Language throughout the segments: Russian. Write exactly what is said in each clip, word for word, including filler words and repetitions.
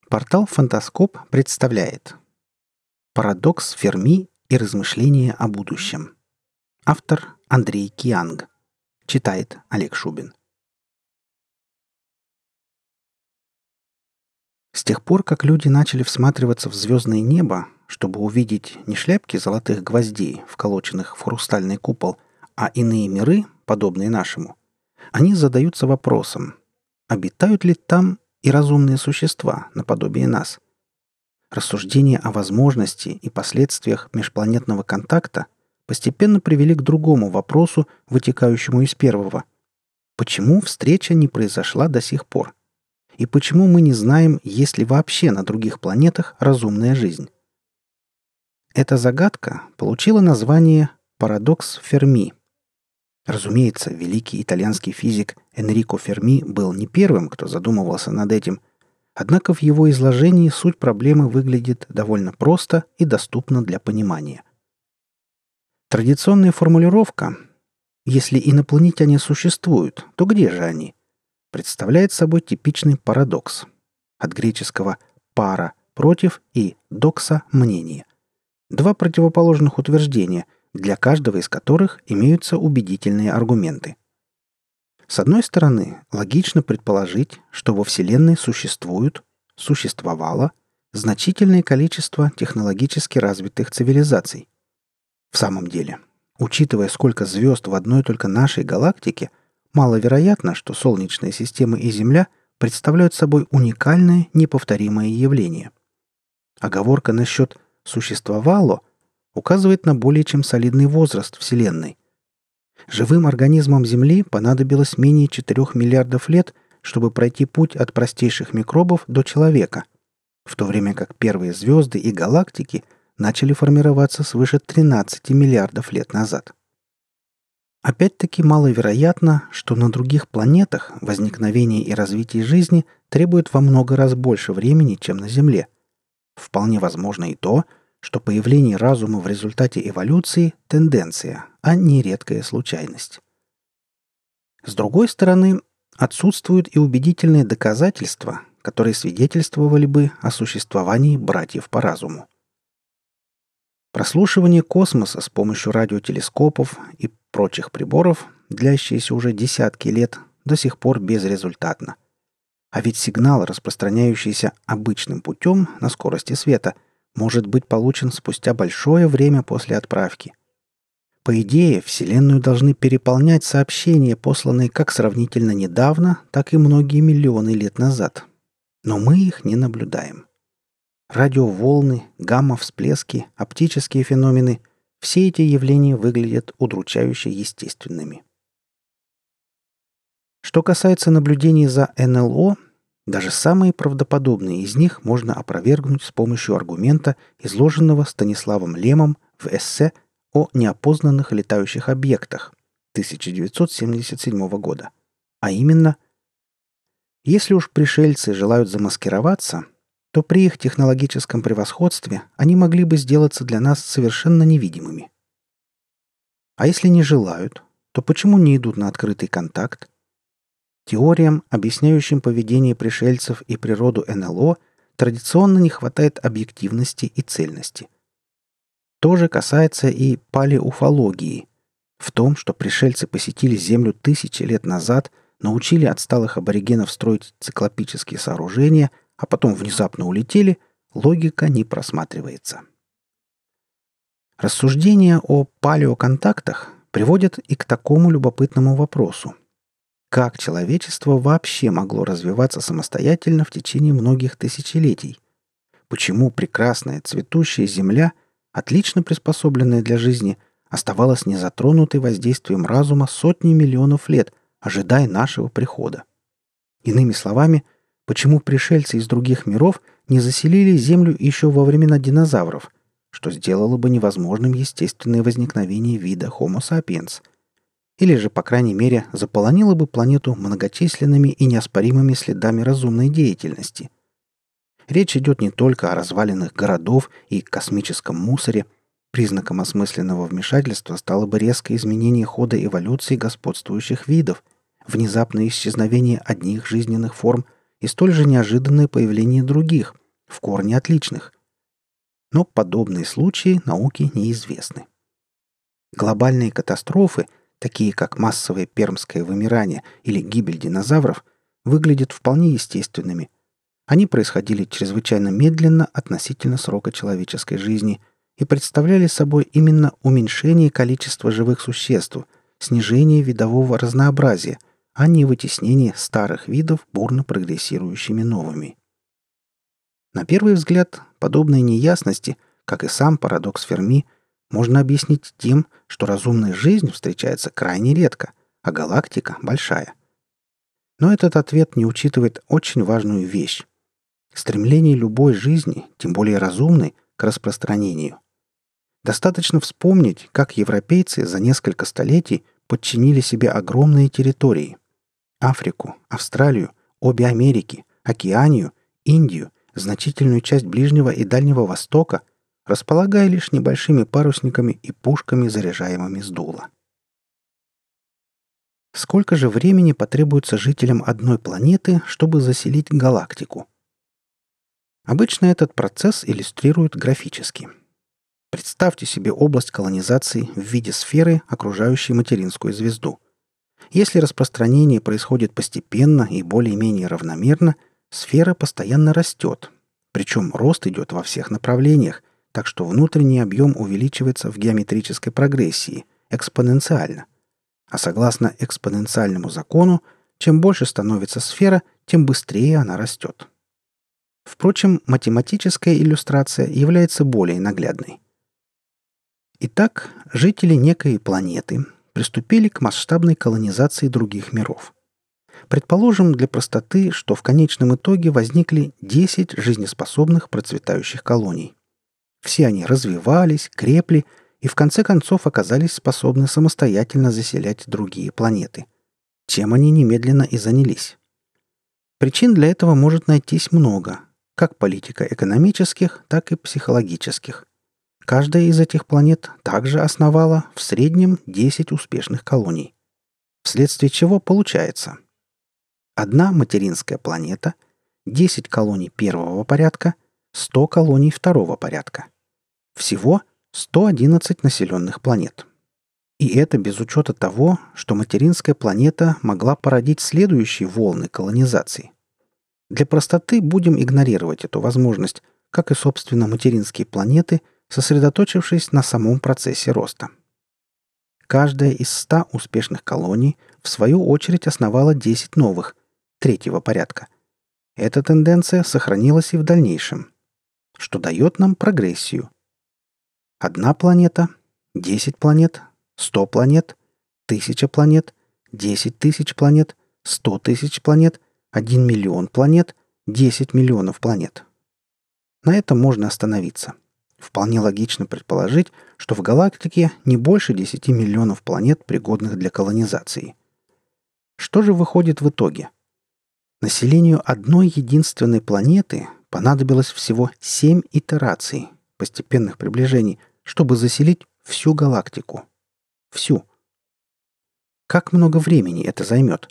Портал «Фантаскоп» представляет «Парадокс Ферми и размышления о будущем». Автор Андрей Кианг. Читает Олег Шубин. С тех пор, как люди начали всматриваться в звездное небо, чтобы увидеть не шляпки золотых гвоздей, вколоченных в хрустальный купол, а иные миры, подобные нашему, они задаются вопросом, обитают ли там и разумные существа наподобие нас. Рассуждения о возможности и последствиях межпланетного контакта постепенно привели к другому вопросу, вытекающему из первого. Почему встреча не произошла до сих пор? И почему мы не знаем, есть ли вообще на других планетах разумная жизнь? Эта загадка получила название «Парадокс Ферми». Разумеется, великий итальянский физик Энрико Ферми был не первым, кто задумывался над этим, однако в его изложении суть проблемы выглядит довольно просто и доступна для понимания. Традиционная формулировка «если инопланетяне существуют, то где же они?» представляет собой типичный парадокс. От греческого «пара» – «против» и «докса» – «мнение». Два противоположных утверждения, для каждого из которых имеются убедительные аргументы. С одной стороны, логично предположить, что во Вселенной существуют, существовало значительное количество технологически развитых цивилизаций. В самом деле, учитывая, сколько звезд в одной только нашей галактике, маловероятно, что Солнечная система и Земля представляют собой уникальное, неповторимое явление. Оговорка насчет «существовало» указывает на более чем солидный возраст Вселенной. Живым организмам Земли понадобилось менее четырёх миллиардов лет, чтобы пройти путь от простейших микробов до человека, в то время как первые звезды и галактики начали формироваться свыше тринадцати миллиардов лет назад. Опять-таки маловероятно, что на других планетах возникновение и развитие жизни требует во много раз больше времени, чем на Земле. Вполне возможно и то, что появление разума в результате эволюции – тенденция, а не редкая случайность. С другой стороны, отсутствуют и убедительные доказательства, которые свидетельствовали бы о существовании братьев по разуму. Прослушивание космоса с помощью радиотелескопов и прочих приборов, длящиеся уже десятки лет, до сих пор безрезультатно. А ведь сигнал, распространяющийся обычным путем на скорости света, может быть получен спустя большое время после отправки. По идее, Вселенную должны переполнять сообщения, посланные как сравнительно недавно, так и многие миллионы лет назад. Но мы их не наблюдаем. Радиоволны, гамма-всплески, оптические феномены – все эти явления выглядят удручающе естественными. Что касается наблюдений за эн эл о, даже самые правдоподобные из них можно опровергнуть с помощью аргумента, изложенного Станиславом Лемом в эссе о неопознанных летающих объектах тысяча девятьсот семьдесят седьмого года. А именно, если уж пришельцы желают замаскироваться, то при их технологическом превосходстве они могли бы сделаться для нас совершенно невидимыми. А если не желают, то почему не идут на открытый контакт? Теориям, объясняющим поведение пришельцев и природу эн эл о, традиционно не хватает объективности и цельности. То же касается и палеуфологии. В том, что пришельцы посетили Землю тысячи лет назад, научили отсталых аборигенов строить циклопические сооружения, а потом внезапно улетели, логика не просматривается. Рассуждения о палеоконтактах приводят и к такому любопытному вопросу. Как человечество вообще могло развиваться самостоятельно в течение многих тысячелетий? Почему прекрасная цветущая Земля, отлично приспособленная для жизни, оставалась незатронутой воздействием разума сотни миллионов лет, ожидая нашего прихода? Иными словами, почему пришельцы из других миров не заселили Землю еще во времена динозавров, что сделало бы невозможным естественное возникновение вида Homo sapiens? Или же, по крайней мере, заполонило бы планету многочисленными и неоспоримыми следами разумной деятельности. Речь идет не только о развалинах городов и космическом мусоре. Признаком осмысленного вмешательства стало бы резкое изменение хода эволюции господствующих видов, внезапное исчезновение одних жизненных форм и столь же неожиданное появление других, в корне отличных. Но подобные случаи науке неизвестны. Глобальные катастрофы, такие как массовое пермское вымирание или гибель динозавров, выглядят вполне естественными. Они происходили чрезвычайно медленно относительно срока человеческой жизни и представляли собой именно уменьшение количества живых существ, снижение видового разнообразия, а не вытеснение старых видов бурно прогрессирующими новыми. На первый взгляд, подобные неясности, как и сам парадокс Ферми, можно объяснить тем, что разумная жизнь встречается крайне редко, а галактика большая. Но этот ответ не учитывает очень важную вещь – стремление любой жизни, тем более разумной, к распространению. Достаточно вспомнить, как европейцы за несколько столетий подчинили себе огромные территории – Африку, Австралию, обе Америки, Океанию, Индию, значительную часть Ближнего и Дальнего Востока, располагая лишь небольшими парусниками и пушками, заряжаемыми с дула. Сколько же времени потребуется жителям одной планеты, чтобы заселить галактику? Обычно этот процесс иллюстрируют графически. Представьте себе область колонизации в виде сферы, окружающей материнскую звезду. Если распространение происходит постепенно и более-менее равномерно, сфера постоянно растет. Причем рост идет во всех направлениях, так что внутренний объем увеличивается в геометрической прогрессии, экспоненциально. А согласно экспоненциальному закону, чем больше становится сфера, тем быстрее она растет. Впрочем, математическая иллюстрация является более наглядной. Итак, жители некой планеты приступили к масштабной колонизации других миров. Предположим для простоты, что в конечном итоге возникли десять жизнеспособных процветающих колоний. Все они развивались, крепли и в конце концов оказались способны самостоятельно заселять другие планеты. Чем они немедленно и занялись. Причин для этого может найтись много, как политико-экономических, так и психологических. Каждая из этих планет также основала в среднем десять успешных колоний. Вследствие чего получается одна материнская планета, десять колоний первого порядка, сто колоний второго порядка. Всего сто одиннадцать населенных планет. И это без учета того, что материнская планета могла породить следующие волны колонизации. Для простоты будем игнорировать эту возможность, как и, собственно, материнские планеты, сосредоточившись на самом процессе роста. Каждая из ста успешных колоний в свою очередь основала десять новых, третьего порядка. Эта тенденция сохранилась и в дальнейшем, что дает нам прогрессию. Одна планета, десять планет, сто планет, тысяча планет, десять тысяч планет, сто тысяч планет, один миллион планет, десять миллионов планет. На этом можно остановиться. Вполне логично предположить, что в галактике не больше десяти миллионов планет, пригодных для колонизации. Что же выходит в итоге? Населению одной единственной планеты понадобилось всего семь итераций, постепенных приближений, чтобы заселить всю галактику. Всю. Как много времени это займет?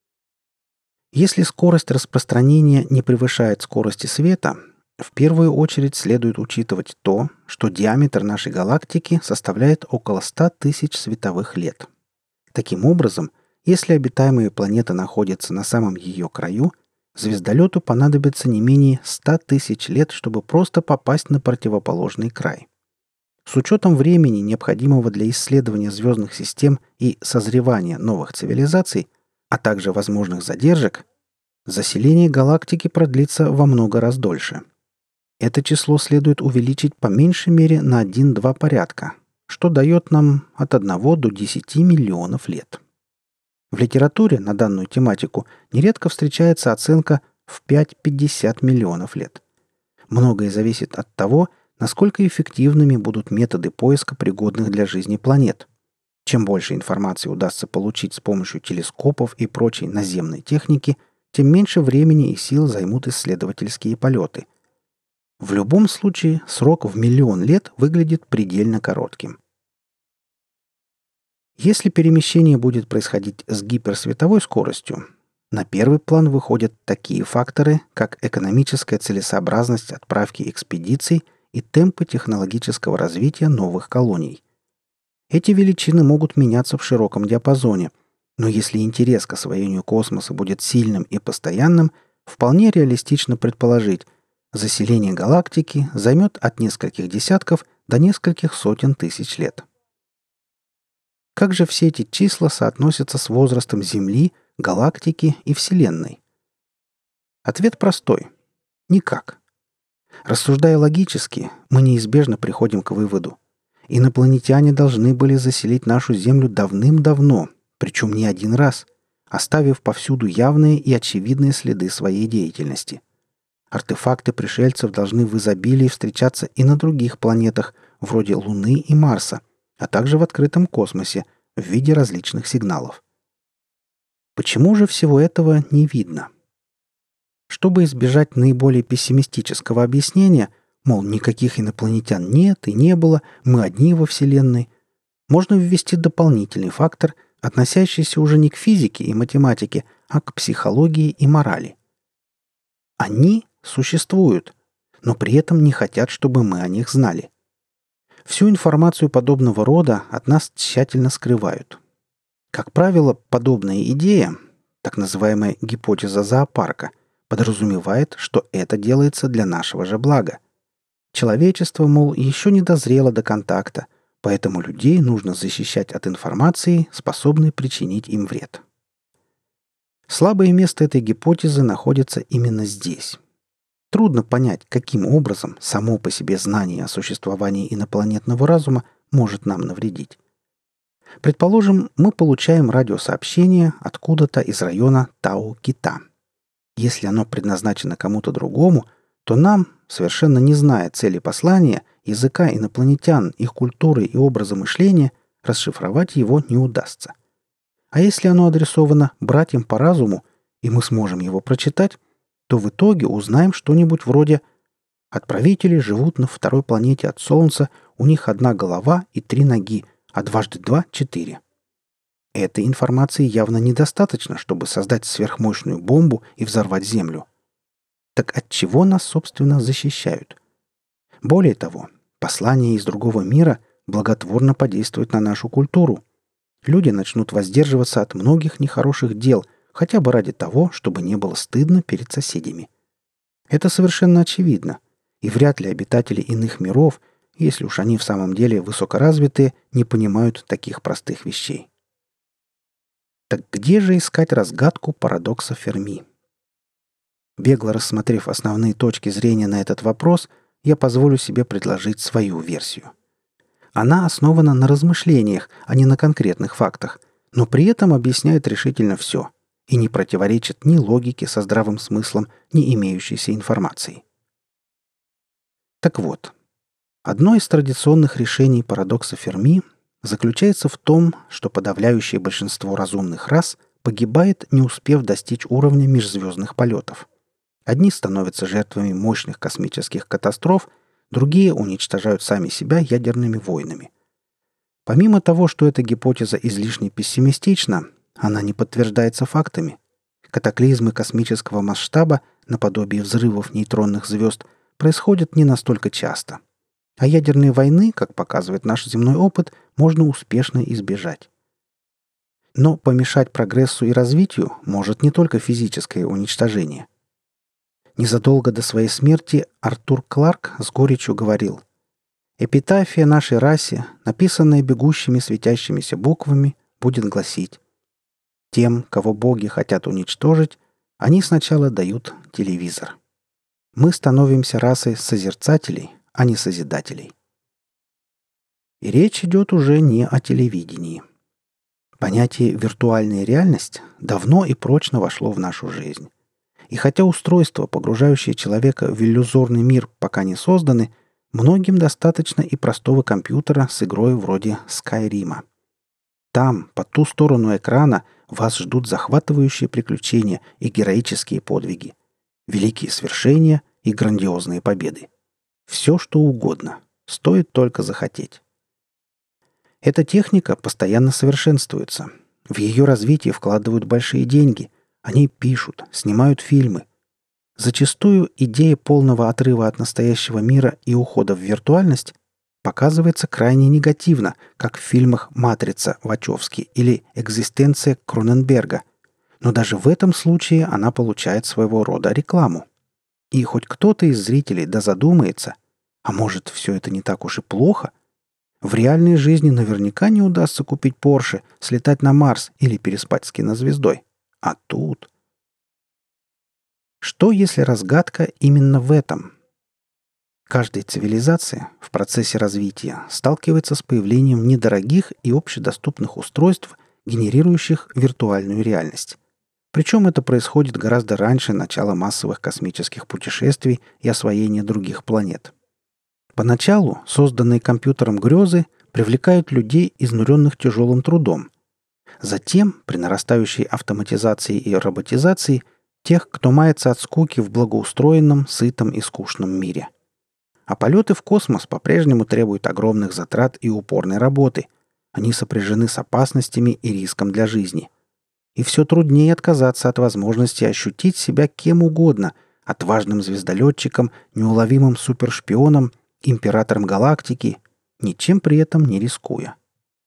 Если скорость распространения не превышает скорости света, в первую очередь следует учитывать то, что диаметр нашей галактики составляет около ста тысяч световых лет. Таким образом, если обитаемая планета находится на самом ее краю, звездолету понадобится не менее ста тысяч лет, чтобы просто попасть на противоположный край. С учетом времени, необходимого для исследования звездных систем и созревания новых цивилизаций, а также возможных задержек, заселение галактики продлится во много раз дольше. Это число следует увеличить по меньшей мере на один-два порядка, что дает нам от одного до десяти миллионов лет. В литературе на данную тематику нередко встречается оценка в пять-пятьдесят миллионов лет. Многое зависит от того, насколько эффективными будут методы поиска пригодных для жизни планет. Чем больше информации удастся получить с помощью телескопов и прочей наземной техники, тем меньше времени и сил займут исследовательские полеты. В любом случае, срок в миллион лет выглядит предельно коротким. Если перемещение будет происходить с гиперсветовой скоростью, На первый план выходят такие факторы, как экономическая целесообразность отправки экспедиций и темпы технологического развития новых колоний. Эти величины могут меняться в широком диапазоне, но если интерес к освоению космоса будет сильным и постоянным, вполне реалистично предположить, заселение галактики займет от нескольких десятков до нескольких сотен тысяч лет. Как же все эти числа соотносятся с возрастом Земли, галактики и Вселенной? Ответ простой. Никак. Рассуждая логически, мы неизбежно приходим к выводу. Инопланетяне должны были заселить нашу Землю давным-давно, причем не один раз, оставив повсюду явные и очевидные следы своей деятельности. Артефакты пришельцев должны в изобилии встречаться и на других планетах, вроде Луны и Марса, а также в открытом космосе в виде различных сигналов. Почему же всего этого не видно? Чтобы избежать наиболее пессимистического объяснения, мол, никаких инопланетян нет и не было, мы одни во Вселенной, можно ввести дополнительный фактор, относящийся уже не к физике и математике, а к психологии и морали. Они существуют, но при этом не хотят, чтобы мы о них знали. Всю информацию подобного рода от нас тщательно скрывают. Как правило, подобная идея, так называемая гипотеза зоопарка, подразумевает, что это делается для нашего же блага. Человечество, мол, еще не дозрело до контакта, поэтому людей нужно защищать от информации, способной причинить им вред. Слабое место этой гипотезы находится именно здесь. Трудно понять, каким образом само по себе знание о существовании инопланетного разума может нам навредить. Предположим, мы получаем радиосообщение откуда-то из района Тау-Кита. Если оно предназначено кому-то другому, то нам, совершенно не зная цели послания, языка инопланетян, их культуры и образа мышления, расшифровать его не удастся. А если оно адресовано братьям по разуму, и мы сможем его прочитать, то в итоге узнаем что-нибудь вроде «Отправители живут на второй планете от Солнца, у них одна голова и три ноги, а дважды два — четыре». Этой информации явно недостаточно, чтобы создать сверхмощную бомбу и взорвать Землю. Так от чего нас, собственно, защищают? Более того, послание из другого мира благотворно подействует на нашу культуру. Люди начнут воздерживаться от многих нехороших дел, хотя бы ради того, чтобы не было стыдно перед соседями. Это совершенно очевидно, и вряд ли обитатели иных миров, если уж они в самом деле высокоразвитые, не понимают таких простых вещей. Так где же искать разгадку парадокса Ферми? Бегло рассмотрев основные точки зрения на этот вопрос, я позволю себе предложить свою версию. Она основана на размышлениях, а не на конкретных фактах, но при этом объясняет решительно все и не противоречит ни логике со здравым смыслом, ни имеющейся информацией. Так вот, одно из традиционных решений парадокса Ферми заключается в том, что подавляющее большинство разумных рас погибает, не успев достичь уровня межзвездных полетов. Одни становятся жертвами мощных космических катастроф, другие уничтожают сами себя ядерными войнами. Помимо того, что эта гипотеза излишне пессимистична, она не подтверждается фактами. Катаклизмы космического масштаба, наподобие взрывов нейтронных звезд, происходят не настолько часто. А ядерные войны, как показывает наш земной опыт, можно успешно избежать. Но помешать прогрессу и развитию может не только физическое уничтожение. Незадолго до своей смерти Артур Кларк с горечью говорил: «Эпитафия нашей расе, написанная бегущими светящимися буквами, будет гласить: тем, кого боги хотят уничтожить, они сначала дают телевизор. Мы становимся расой созерцателей, а не созидателей». И речь идет уже не о телевидении. Понятие «виртуальная реальность» давно и прочно вошло в нашу жизнь. И хотя устройства, погружающие человека в иллюзорный мир, пока не созданы, многим достаточно и простого компьютера с игрой вроде Скайрима. Там, по ту сторону экрана, вас ждут захватывающие приключения и героические подвиги, великие свершения и грандиозные победы. Все, что угодно. Стоит только захотеть. Эта техника постоянно совершенствуется. В ее развитие вкладывают большие деньги, Они пишут, снимают фильмы. Зачастую идея полного отрыва от настоящего мира и ухода в виртуальность показывается крайне негативно, как в фильмах «Матрица» Вачовски или «Экзистенция» Кроненберга. Но даже в этом случае она получает своего рода рекламу. И хоть кто-то из зрителей да задумается, а может, все это не так уж и плохо? В реальной жизни наверняка не удастся купить Порше, слетать на Марс или переспать с кинозвездой. А тут... Что, если разгадка именно в этом? Каждая цивилизация в процессе развития сталкивается с появлением недорогих и общедоступных устройств, генерирующих виртуальную реальность. Причем это происходит гораздо раньше начала массовых космических путешествий и освоения других планет. Поначалу созданные компьютером грезы привлекают людей, изнуренных тяжелым трудом. Затем, при нарастающей автоматизации и роботизации, тех, кто мается от скуки в благоустроенном, сытом и скучном мире. А полеты в космос по-прежнему требуют огромных затрат и упорной работы. Они сопряжены с опасностями и риском для жизни. И все труднее отказаться от возможности ощутить себя кем угодно – отважным звездолетчиком, неуловимым супершпионом, императором галактики, ничем при этом не рискуя.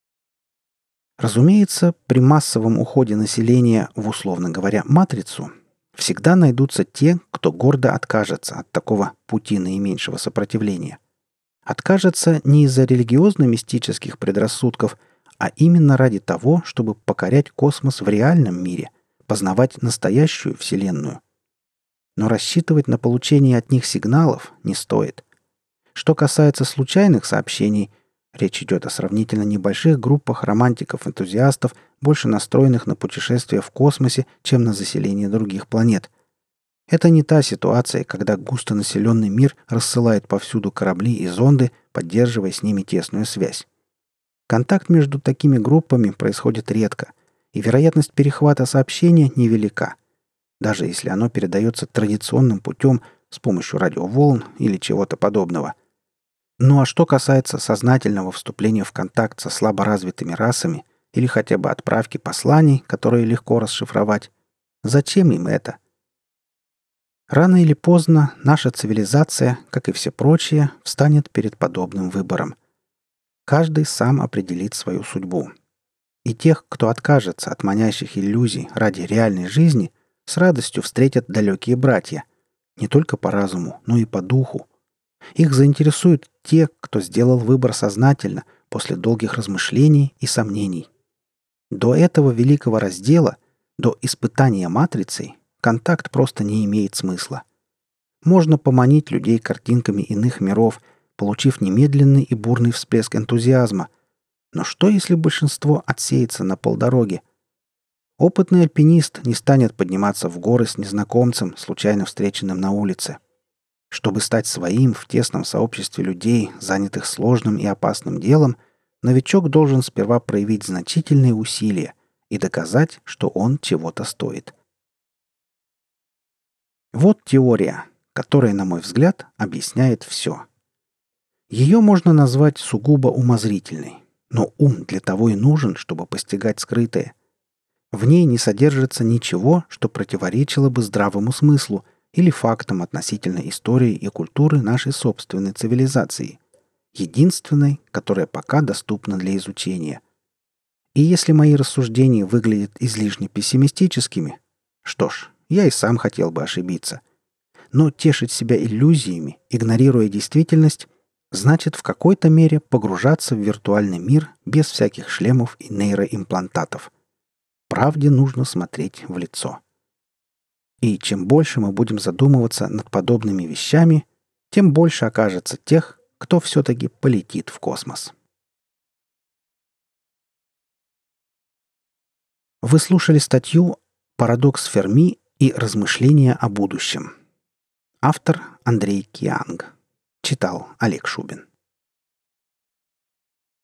Разумеется, при массовом уходе населения в, условно говоря, матрицу всегда найдутся те, кто гордо откажется от такого пути наименьшего сопротивления. Откажется не из-за религиозно-мистических предрассудков, а именно ради того, чтобы покорять космос в реальном мире, познавать настоящую Вселенную. Но рассчитывать на получение от них сигналов не стоит. Что касается случайных сообщений, речь идет о сравнительно небольших группах романтиков-энтузиастов, больше настроенных на путешествия в космосе, чем на заселение других планет. Это не та ситуация, когда густонаселенный мир рассылает повсюду корабли и зонды, поддерживая с ними тесную связь. Контакт между такими группами происходит редко, и вероятность перехвата сообщения невелика, даже если оно передается традиционным путем с помощью радиоволн или чего-то подобного. Ну а что касается сознательного вступления в контакт со слаборазвитыми расами или хотя бы отправки посланий, которые легко расшифровать, зачем им это? Рано или поздно наша цивилизация, как и все прочие, встанет перед подобным выбором. Каждый сам определит свою судьбу. И тех, кто откажется от манящих иллюзий ради реальной жизни, с радостью встретят далекие братья. Не только по разуму, но и по духу. Их заинтересуют те, кто сделал выбор сознательно, после долгих размышлений и сомнений. До этого великого раздела, до испытания матрицей, контакт просто не имеет смысла. Можно поманить людей картинками иных миров, получив немедленный и бурный всплеск энтузиазма. Но что, если большинство отсеется на полдороги? Опытный альпинист не станет подниматься в горы с незнакомцем, случайно встреченным на улице. Чтобы стать своим в тесном сообществе людей, занятых сложным и опасным делом, новичок должен сперва проявить значительные усилия и доказать, что он чего-то стоит. Вот теория, которая, на мой взгляд, объясняет все. Ее можно назвать сугубо умозрительной, но ум для того и нужен, чтобы постигать скрытое. В ней не содержится ничего, что противоречило бы здравому смыслу или фактам относительно истории и культуры нашей собственной цивилизации, единственной, которая пока доступна для изучения. И если мои рассуждения выглядят излишне пессимистическими, что ж, я и сам хотел бы ошибиться. Но тешить себя иллюзиями, игнорируя действительность, значит в какой-то мере погружаться в виртуальный мир без всяких шлемов и нейроимплантатов. Правде нужно смотреть в лицо. И чем больше мы будем задумываться над подобными вещами, тем больше окажется тех, кто все-таки полетит в космос. Вы слушали статью «Парадокс Ферми и размышления о будущем». Автор Андрей Кианг. Читал Олег Шубин.